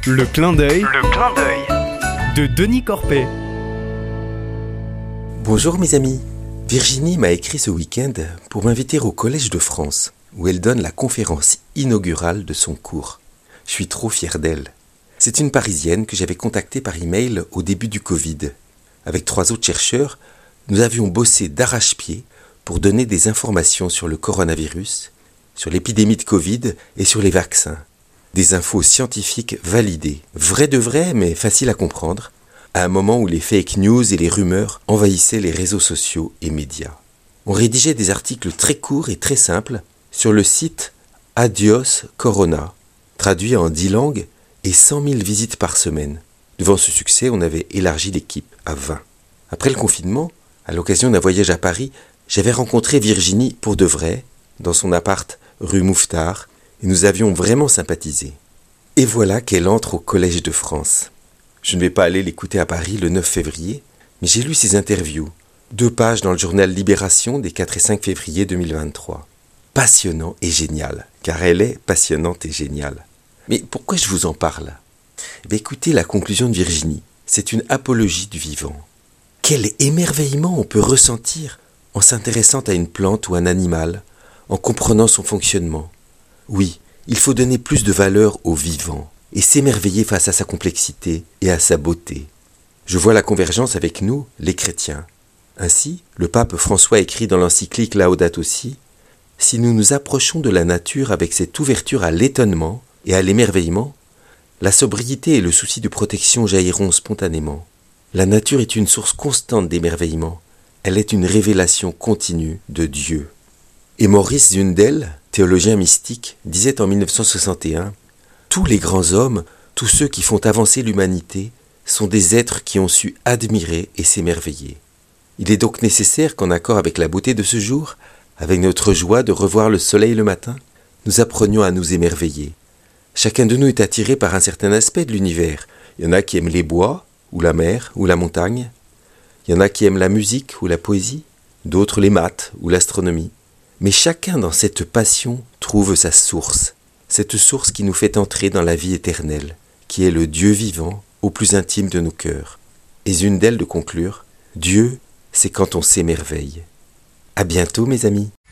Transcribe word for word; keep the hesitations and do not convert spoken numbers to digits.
Le clin d'œil Le clin d'œil de Denis Corpet. Bonjour mes amis, Virginie m'a écrit ce week-end pour m'inviter au Collège de France, où elle donne la conférence inaugurale de son cours. Je suis trop fier d'elle. C'est une Parisienne que j'avais contactée par email au début du Covid. Avec trois autres chercheurs, nous avions bossé d'arrache-pied pour donner des informations sur le coronavirus, sur l'épidémie de Covid et sur les vaccins. Des infos scientifiques validées, vraies de vraies mais faciles à comprendre, à un moment où les fake news et les rumeurs envahissaient les réseaux sociaux et médias. On rédigeait des articles très courts et très simples sur le site Adios Corona, traduit en dix langues et cent mille visites par semaine. Devant ce succès, on avait élargi l'équipe à vingt. Après le confinement, à l'occasion d'un voyage à Paris, j'avais rencontré Virginie pour de vrai, dans son appart rue Mouffetard, et nous avions vraiment sympathisé. Et voilà qu'elle entre au Collège de France. Je ne vais pas aller l'écouter à Paris le neuf février, mais j'ai lu ses interviews, deux pages dans le journal Libération des quatre et cinq février deux mille vingt-trois. Passionnant et génial, car elle est passionnante et géniale. Mais pourquoi je vous en parle ? Eh bien, écoutez la conclusion de Virginie. C'est une apologie du vivant. Quel émerveillement on peut ressentir en s'intéressant à une plante ou un animal, en comprenant son fonctionnement. Oui, il faut donner plus de valeur au vivant et s'émerveiller face à sa complexité et à sa beauté. Je vois la convergence avec nous, les chrétiens. Ainsi, le pape François écrit dans l'encyclique Laudato Si, « Si nous nous approchons de la nature avec cette ouverture à l'étonnement et à l'émerveillement, la sobriété et le souci de protection jailliront spontanément. La nature est une source constante d'émerveillement. Elle est une révélation continue de Dieu. » Et Maurice Zundel, théologien mystique, disait en dix-neuf cent soixante et un « Tous les grands hommes, tous ceux qui font avancer l'humanité, sont des êtres qui ont su admirer et s'émerveiller. Il est donc nécessaire qu'en accord avec la beauté de ce jour, avec notre joie de revoir le soleil le matin, nous apprenions à nous émerveiller. Chacun de nous est attiré par un certain aspect de l'univers. Il y en a qui aiment les bois, ou la mer, ou la montagne. Il y en a qui aiment la musique ou la poésie, d'autres les maths ou l'astronomie. Mais chacun dans cette passion trouve sa source, cette source qui nous fait entrer dans la vie éternelle, qui est le Dieu vivant au plus intime de nos cœurs. Et Zundel de conclure, Dieu, c'est quand on s'émerveille. À bientôt mes amis.